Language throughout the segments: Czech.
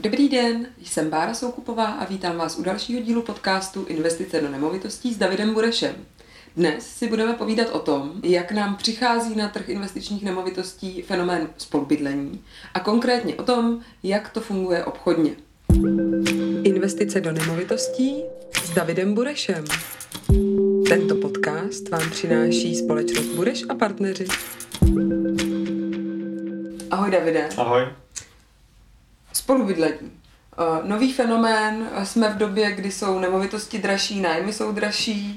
Dobrý den, jsem Bára Soukupová a vítám vás u dalšího dílu podcastu Investice do nemovitostí s Davidem Burešem. Dnes si budeme povídat o tom, jak nám přichází na trh investičních nemovitostí fenomén spolubydlení a konkrétně o tom, jak to funguje obchodně. Investice do nemovitostí s Davidem Burešem. Tento podcast vám přináší společnost Bureš a partneři. Ahoj Davide. Ahoj. Spolubydlení. Nový fenomén, jsme v době, kdy jsou nemovitosti dražší, nájmy jsou dražší.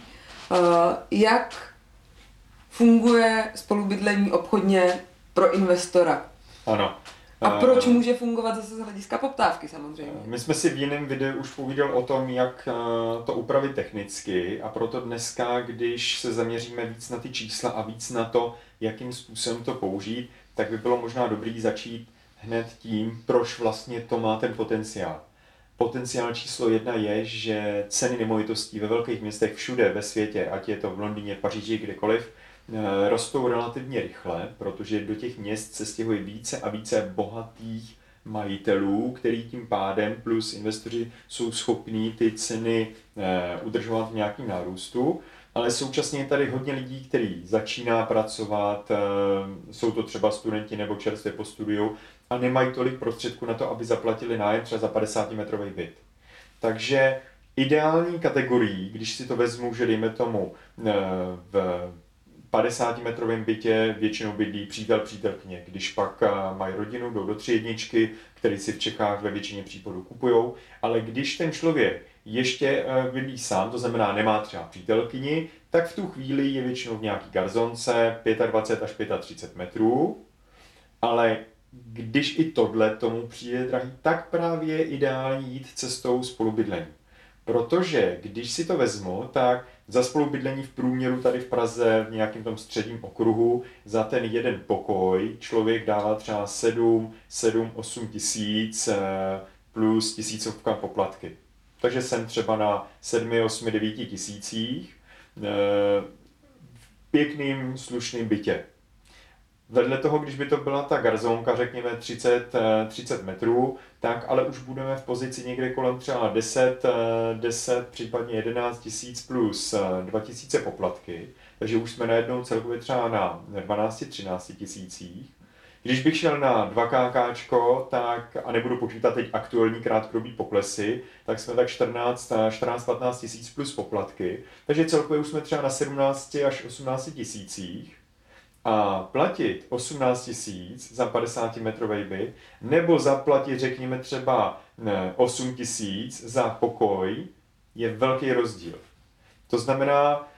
Jak funguje spolubydlení obchodně pro investora? Ano. A proč může fungovat zase z hlediska poptávky samozřejmě? My jsme si v jiném videu už povídali o tom, jak to upravit technicky, a proto dneska, když se zaměříme víc na ty čísla a víc na to, jakým způsobem to použít, tak by bylo možná dobrý začít hned tím, proč vlastně to má ten potenciál. Potenciál číslo 1 je, že ceny nemovitostí ve velkých městech všude ve světě, ať je to v Londýně, Paříži, kdekoliv, rostou relativně rychle, protože do těch měst se stěhuje více a více bohatých majitelů, který tím pádem plus investoři jsou schopní ty ceny udržovat v nějakém nárůstu. Ale současně je tady hodně lidí, kteří začíná pracovat, jsou to třeba studenti nebo čerstvě po studiu a nemají tolik prostředků na to, aby zaplatili nájem třeba za 50-metrový byt. Takže ideální kategorií, když si to vezmu, že dejme tomu v 50-metrovém bytě většinou bydlí přítelkyně, když pak mají rodinu, jdou do 3 jedničky, který si v Čechách ve většině případů kupujou, ale když ten člověk ještě bydlí sám, to znamená nemá třeba přítelkyni, tak v tu chvíli je většinou v nějaký garzonce 25 až 35 metrů, ale když i tohle tomu přijde drahý, tak právě je ideální jít cestou spolubydlení. Protože když si to vezmu, tak za spolubydlení v průměru tady v Praze v nějakém tom středním okruhu za ten jeden pokoj člověk dává třeba 7-8 tisíc plus tisícovka poplatky. Takže jsem třeba na 7, 8, 9 tisících v pěkným, slušným bytě. Vedle toho, když by to byla ta garzonka, řekněme 30 metrů, tak ale už budeme v pozici někde kolem třeba 10 případně 11 tisíc plus 2 tisíce poplatky. Takže už jsme najednou celkově třeba na 12-13 tisících. Když bych šel na 2KK, tak, a nebudu počítat teď aktuální krátkodobý poklesy, tak jsme tak 14-15 tisíc plus poplatky. Takže celkově už jsme třeba na 17 až 18 tisících. A platit 18 tisíc za 50-metrový byt, nebo zaplatit, řekněme třeba 8 tisíc za pokoj, je velký rozdíl. To znamená,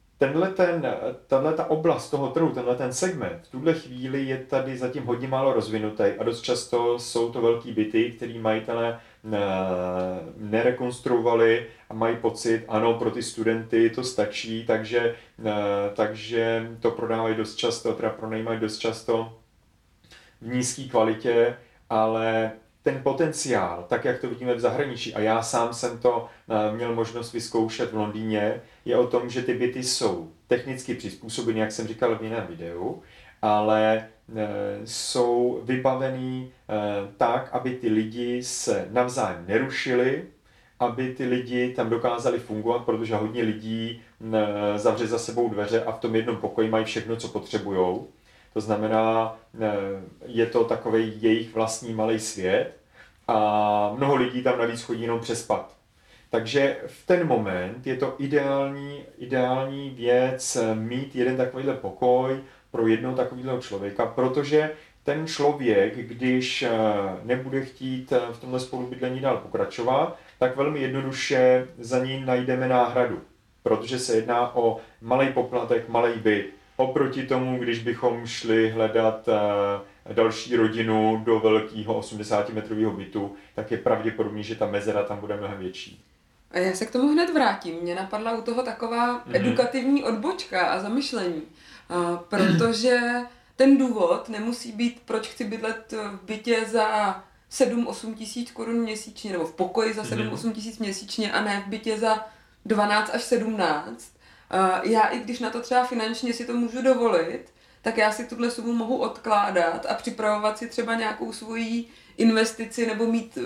tato oblast toho trhu, tenhle ten segment, v tuhle chvíli je tady zatím hodně málo rozvinutý a dost často jsou to velký byty, který majitelé nerekonstruovali a mají pocit, ano, pro ty studenty to stačí, takže to prodávají dost často, teda pronajímají dost často v nízké kvalitě, ale ten potenciál, tak jak to vidíme v zahraničí, a já sám jsem to měl možnost vyzkoušet v Londýně, je o tom, že ty byty jsou technicky přizpůsobeny, jak jsem říkal v jiném videu, ale jsou vybavený tak, aby ty lidi se navzájem nerušili, aby ty lidi tam dokázali fungovat, protože hodně lidí zavře za sebou dveře a v tom jednom pokoji mají všechno, co potřebujou. To znamená, je to takový jejich vlastní malý svět a mnoho lidí tam navíc chodí jenom přespat. Takže v ten moment je to ideální věc mít jeden takovýhle pokoj pro jednoho takového člověka, protože ten člověk, když nebude chtít v tomhle spolubydlení dál pokračovat, tak velmi jednoduše za ním najdeme náhradu, protože se jedná o malý poplatek, malý byt. Oproti tomu, když bychom šli hledat další rodinu do velkého 80-metrového bytu, tak je pravděpodobný, že ta mezera tam bude mnohem větší. A já se k tomu hned vrátím. Mě napadla u toho taková edukativní odbočka a zamyšlení, protože ten důvod nemusí být, proč chci bydlet v bytě za 7-8 tisíc korun měsíčně, nebo v pokoji za 7-8 tisíc měsíčně a ne v bytě za 12 až 17. Já i když na to třeba finančně si to můžu dovolit, tak já si tuhle sumu mohu odkládat a připravovat si třeba nějakou svoji investici nebo mít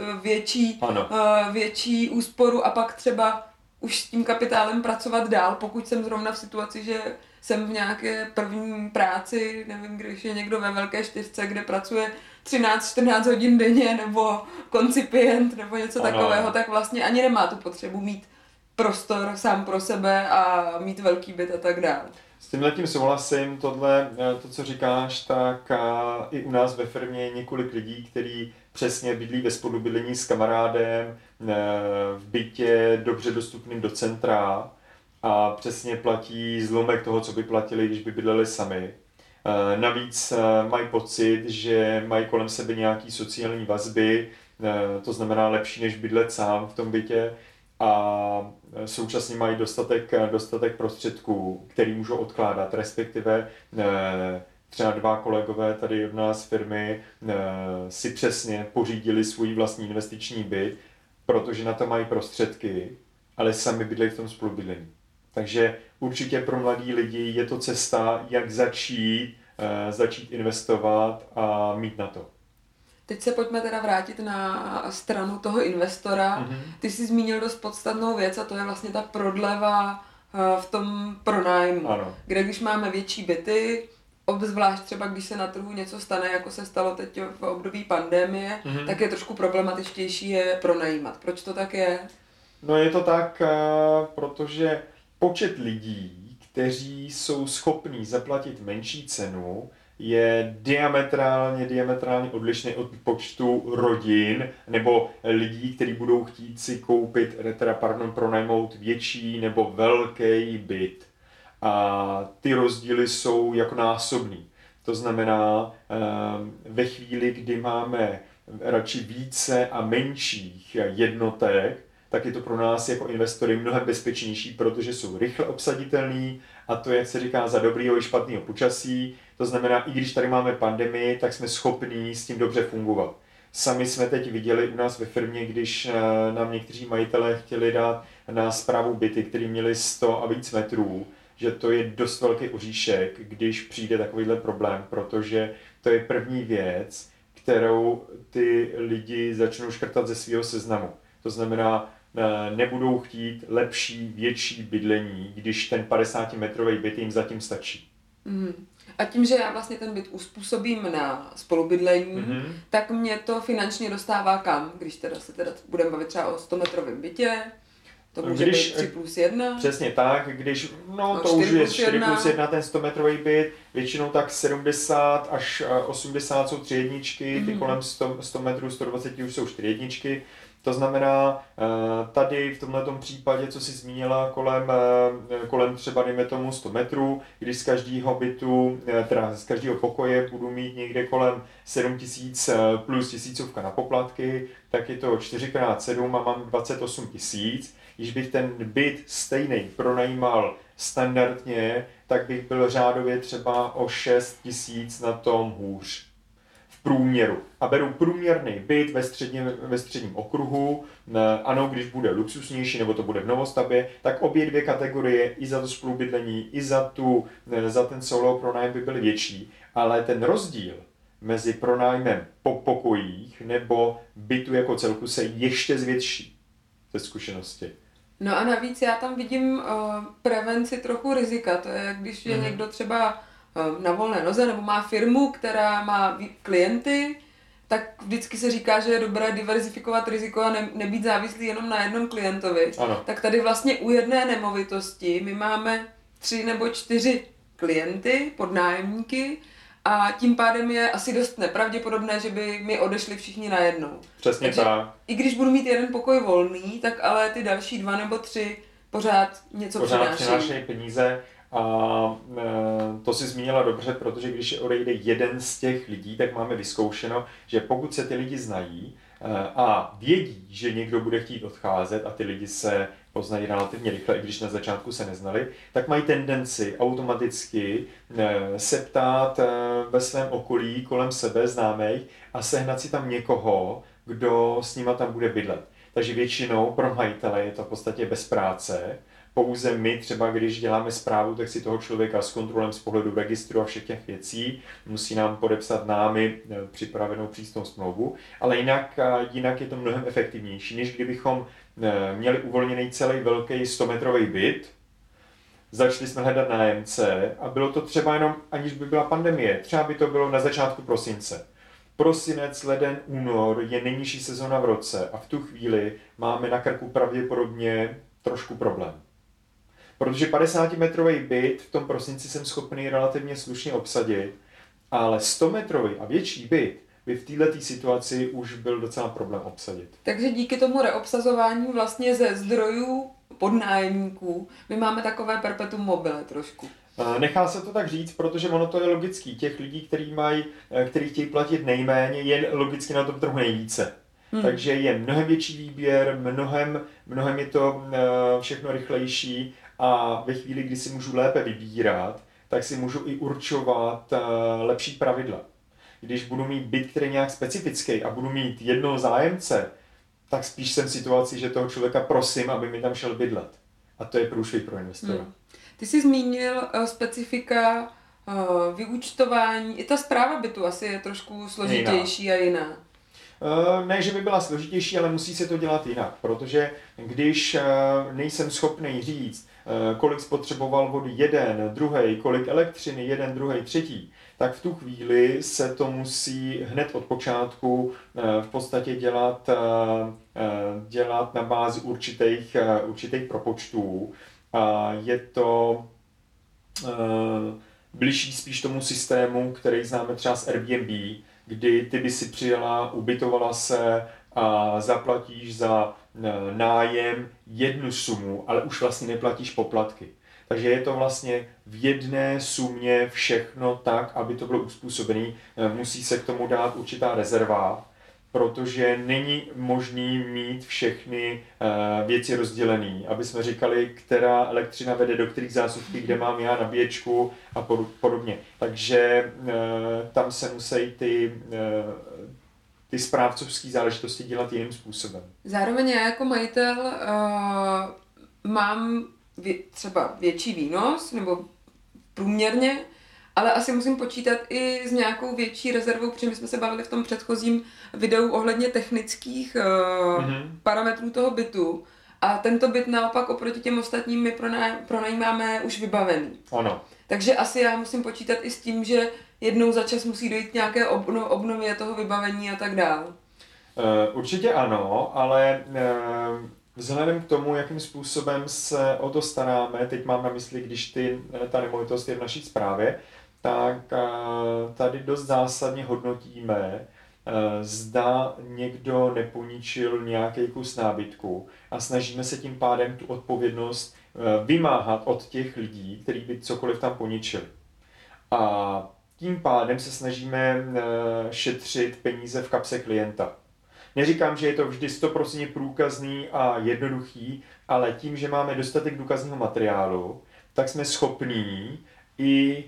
větší úsporu a pak třeba už s tím kapitálem pracovat dál, pokud jsem zrovna v situaci, že jsem v nějaké první práci, nevím, když je někdo ve velké čtyřce, kde pracuje 13-14 hodin denně, nebo koncipient, nebo něco takového, tak vlastně ani nemá tu potřebu mít prostor sám pro sebe a mít velký byt a tak dále. S tímhletím souhlasím, tohle, to, co říkáš, tak i u nás ve firmě je několik lidí, kteří přesně bydlí ve spolubydlení s kamarádem, v bytě dobře dostupným do centra a přesně platí zlomek toho, co by platili, když by bydleli sami. Navíc mají pocit, že mají kolem sebe nějaký sociální vazby, to znamená lepší, než bydlet sám v tom bytě, a současně mají dostatek prostředků, který můžou odkládat, respektive třeba 2 kolegové tady od nás firmy si přesně pořídili svůj vlastní investiční byt, protože na to mají prostředky, ale sami bydlejí v tom spolubydlení. Takže určitě pro mladí lidi je to cesta, jak začít investovat a mít na to. Teď se pojďme teda vrátit na stranu toho investora. Ty jsi zmínil dost podstatnou věc a to je vlastně ta prodleva v tom pronájmu. Ano. Kde když máme větší byty, obzvlášť třeba když se na trhu něco stane, jako se stalo teď v období pandemie, tak je trošku problematičtější je pronajímat. Proč to tak je? No je to tak, protože počet lidí, kteří jsou schopní zaplatit menší cenu, je diametrálně odlišný od počtu rodin nebo lidí, kteří budou chtít si koupit, pronajmout větší nebo velký byt. A ty rozdíly jsou jako násobný. To znamená, ve chvíli, kdy máme radši více a menších jednotek, tak je to pro nás jako investory mnohem bezpečnější, protože jsou rychle obsaditelný a to, jak se říká, za dobrýho i špatného počasí. To znamená, i když tady máme pandemii, tak jsme schopní s tím dobře fungovat. Sami jsme teď viděli u nás ve firmě, když nám někteří majitelé chtěli dát na správu byty, které měly 100 a víc metrů, že to je dost velký oříšek, když přijde takovýhle problém, protože to je první věc, kterou ty lidi začnou škrtat ze svého seznamu. To znamená, nebudou chtít lepší, větší bydlení, když ten 50-metrový byt jim zatím stačí. A tím, že já vlastně ten byt uspůsobím na spolubydlení, tak mě to finančně dostává kam, když se budeme bavit třeba o 100-metrovém bytě, to může být 3+1. Přesně tak, to už je 4+1 ten 100-metrový byt, většinou tak 70 až 80 jsou 3 jedničky, ty kolem 100 metrů, 120 už jsou 4 jedničky. To znamená, tady v tomto případě, co jsi zmínila, kolem třeba dejme tomu 100 metrů, když z každého bytu, teda z každého pokoje budu mít někde kolem 7 000 plus 1000 na poplatky, tak je to 4x7 a mám 28 000. Když bych ten byt stejný pronajímal standardně, tak bych byl řádově třeba o 6 000 na tom hůř. Průměru. A beru průměrný byt ve středním okruhu. Ano, když bude luxusnější nebo to bude v novostavbě, tak obě dvě kategorie, i za to spolubydlení, i za ten solo pronájem by byly větší. Ale ten rozdíl mezi pronájmem po pokojích nebo bytu jako celku se ještě zvětší ze zkušenosti. No a navíc já tam vidím prevenci trochu rizika. To je, když je někdo třeba na volné noze nebo má firmu, která má klienty, tak vždycky se říká, že je dobré diverzifikovat riziko a nebýt závislý jenom na jednom klientovi. Ano. Tak tady vlastně u jedné nemovitosti my máme 3 nebo 4 klienty, podnájemníky, a tím pádem je asi dost nepravděpodobné, že by mi odešli všichni najednou. Přesně takže tak. I když budu mít jeden pokoj volný, tak ale ty další 2 nebo 3 pořád něco přinášejí peníze. A to si zmínila dobře, protože když odejde jeden z těch lidí, tak máme vyzkoušeno, že pokud se ty lidi znají a vědí, že někdo bude chtít odcházet a ty lidi se poznají relativně rychle, i když na začátku se neznali, tak mají tendenci automaticky se ptát ve svém okolí, kolem sebe známých a sehnat si tam někoho, kdo s nima tam bude bydlet. Takže většinou pro majitele je to v podstatě bez práce, pouze my třeba, když děláme správu, tak si toho člověka s kontrolem z pohledu registru a všech těch věcí musí nám podepsat námi připravenou přísnou smlouvu, ale jinak je to mnohem efektivnější, než kdybychom měli uvolněný celý velký 100-metrový byt, začali jsme hledat nájemce a bylo to třeba jenom, aniž by byla pandemie, třeba by to bylo na začátku prosince. Prosinec, leden, únor je nejnižší sezona v roce a v tu chvíli máme na krku pravděpodobně trošku problém. Protože 50-metrový byt v tom prosinci jsem schopný relativně slušně obsadit, ale 100-metrový a větší byt by v této situaci už byl docela problém obsadit. Takže díky tomu reobsazování vlastně ze zdrojů podnájemníků my máme takové perpetuum mobile trošku. Nechá se to tak říct, protože ono to je logický. Těch lidí, kteří chtějí platit nejméně, je logicky na tom trhu nejvíce. Takže je mnohem větší výběr, mnohem je to všechno rychlejší a ve chvíli, kdy si můžu lépe vybírat, tak si můžu i určovat lepší pravidla. Když budu mít byt, který je nějak specifický a budu mít jednoho zájemce, tak spíš jsem v situaci, že toho člověka prosím, aby mi tam šel bydlet. A to je průšvih pro investora. Ty jsi zmínil specifika vyúčtování. I ta správa bytu asi je trošku složitější a jiná. Ne, že by byla složitější, ale musí se to dělat jinak, protože když nejsem schopný říct, kolik spotřeboval vody jeden, druhý, kolik elektřiny jeden, druhý, třetí, tak v tu chvíli se to musí hned od počátku v podstatě dělat na bázi určitých propočtů. Je to blížší spíš tomu systému, který známe třeba z Airbnb, kdy ty by si přijela, ubytovala se a zaplatíš za nájem jednu sumu, ale už vlastně neplatíš poplatky. Takže je to vlastně v jedné sumě všechno tak, aby to bylo uspůsobené. Musí se k tomu dát určitá rezerva, protože není možný mít všechny věci rozdělené, aby jsme říkali, která elektřina vede do kterých zásuvky, kde mám já nabíječku a podobně. Takže tam se musí ty správcovské záležitosti dělat jiným způsobem. Zároveň já jako majitel mám třeba větší výnos, nebo průměrně, ale asi musím počítat i s nějakou větší rezervou, protože my jsme se bavili v tom předchozím videu ohledně technických parametrů toho bytu. A tento byt naopak oproti těm ostatním my pronajímáme už vybavený. Ano. Takže asi já musím počítat i s tím, že jednou za čas musí dojít k nějaké obnově toho vybavení a tak dál. Určitě ano, ale vzhledem k tomu, jakým způsobem se o to staráme, teď mám na mysli, když ta nemovitost je v naší správě, tak tady dost zásadně hodnotíme, zda někdo neponičil nějaký kus nábytku a snažíme se tím pádem tu odpovědnost vymáhat od těch lidí, kteří by cokoliv tam poničili. A tím pádem se snažíme šetřit peníze v kapse klienta. Neříkám, že je to vždy 100% průkazný a jednoduchý, ale tím, že máme dostatek důkazního materiálu, tak jsme schopní i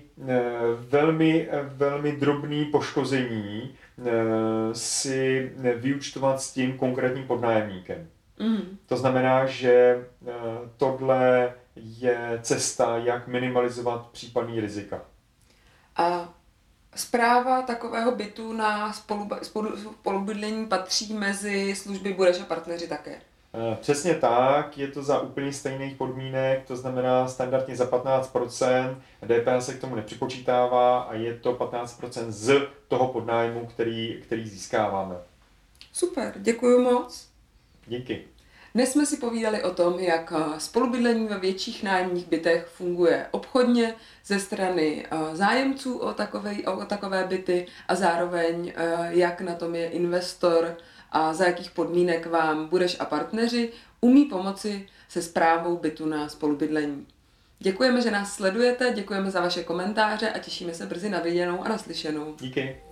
velmi drobný poškození si vyúčtovat s tím konkrétním podnájemníkem. To znamená, že tohle je cesta, jak minimalizovat případný rizika. A správa takového bytu na spolubydlení patří mezi služby Bureš a partneři také? Přesně tak, je to za úplně stejných podmínek, to znamená standardně za 15%, DPH se k tomu nepřipočítává a je to 15% z toho podnájmu, který získáváme. Super, děkuji moc. Díky. Dnes jsme si povídali o tom, jak spolubydlení ve větších nájemních bytech funguje obchodně ze strany zájemců o takové byty a zároveň jak na tom je investor a za jakých podmínek vám Bureš a partneři umí pomoci se správou bytu na spolubydlení. Děkujeme, že nás sledujete, děkujeme za vaše komentáře a těšíme se brzy na viděnou a naslyšenou. Díky.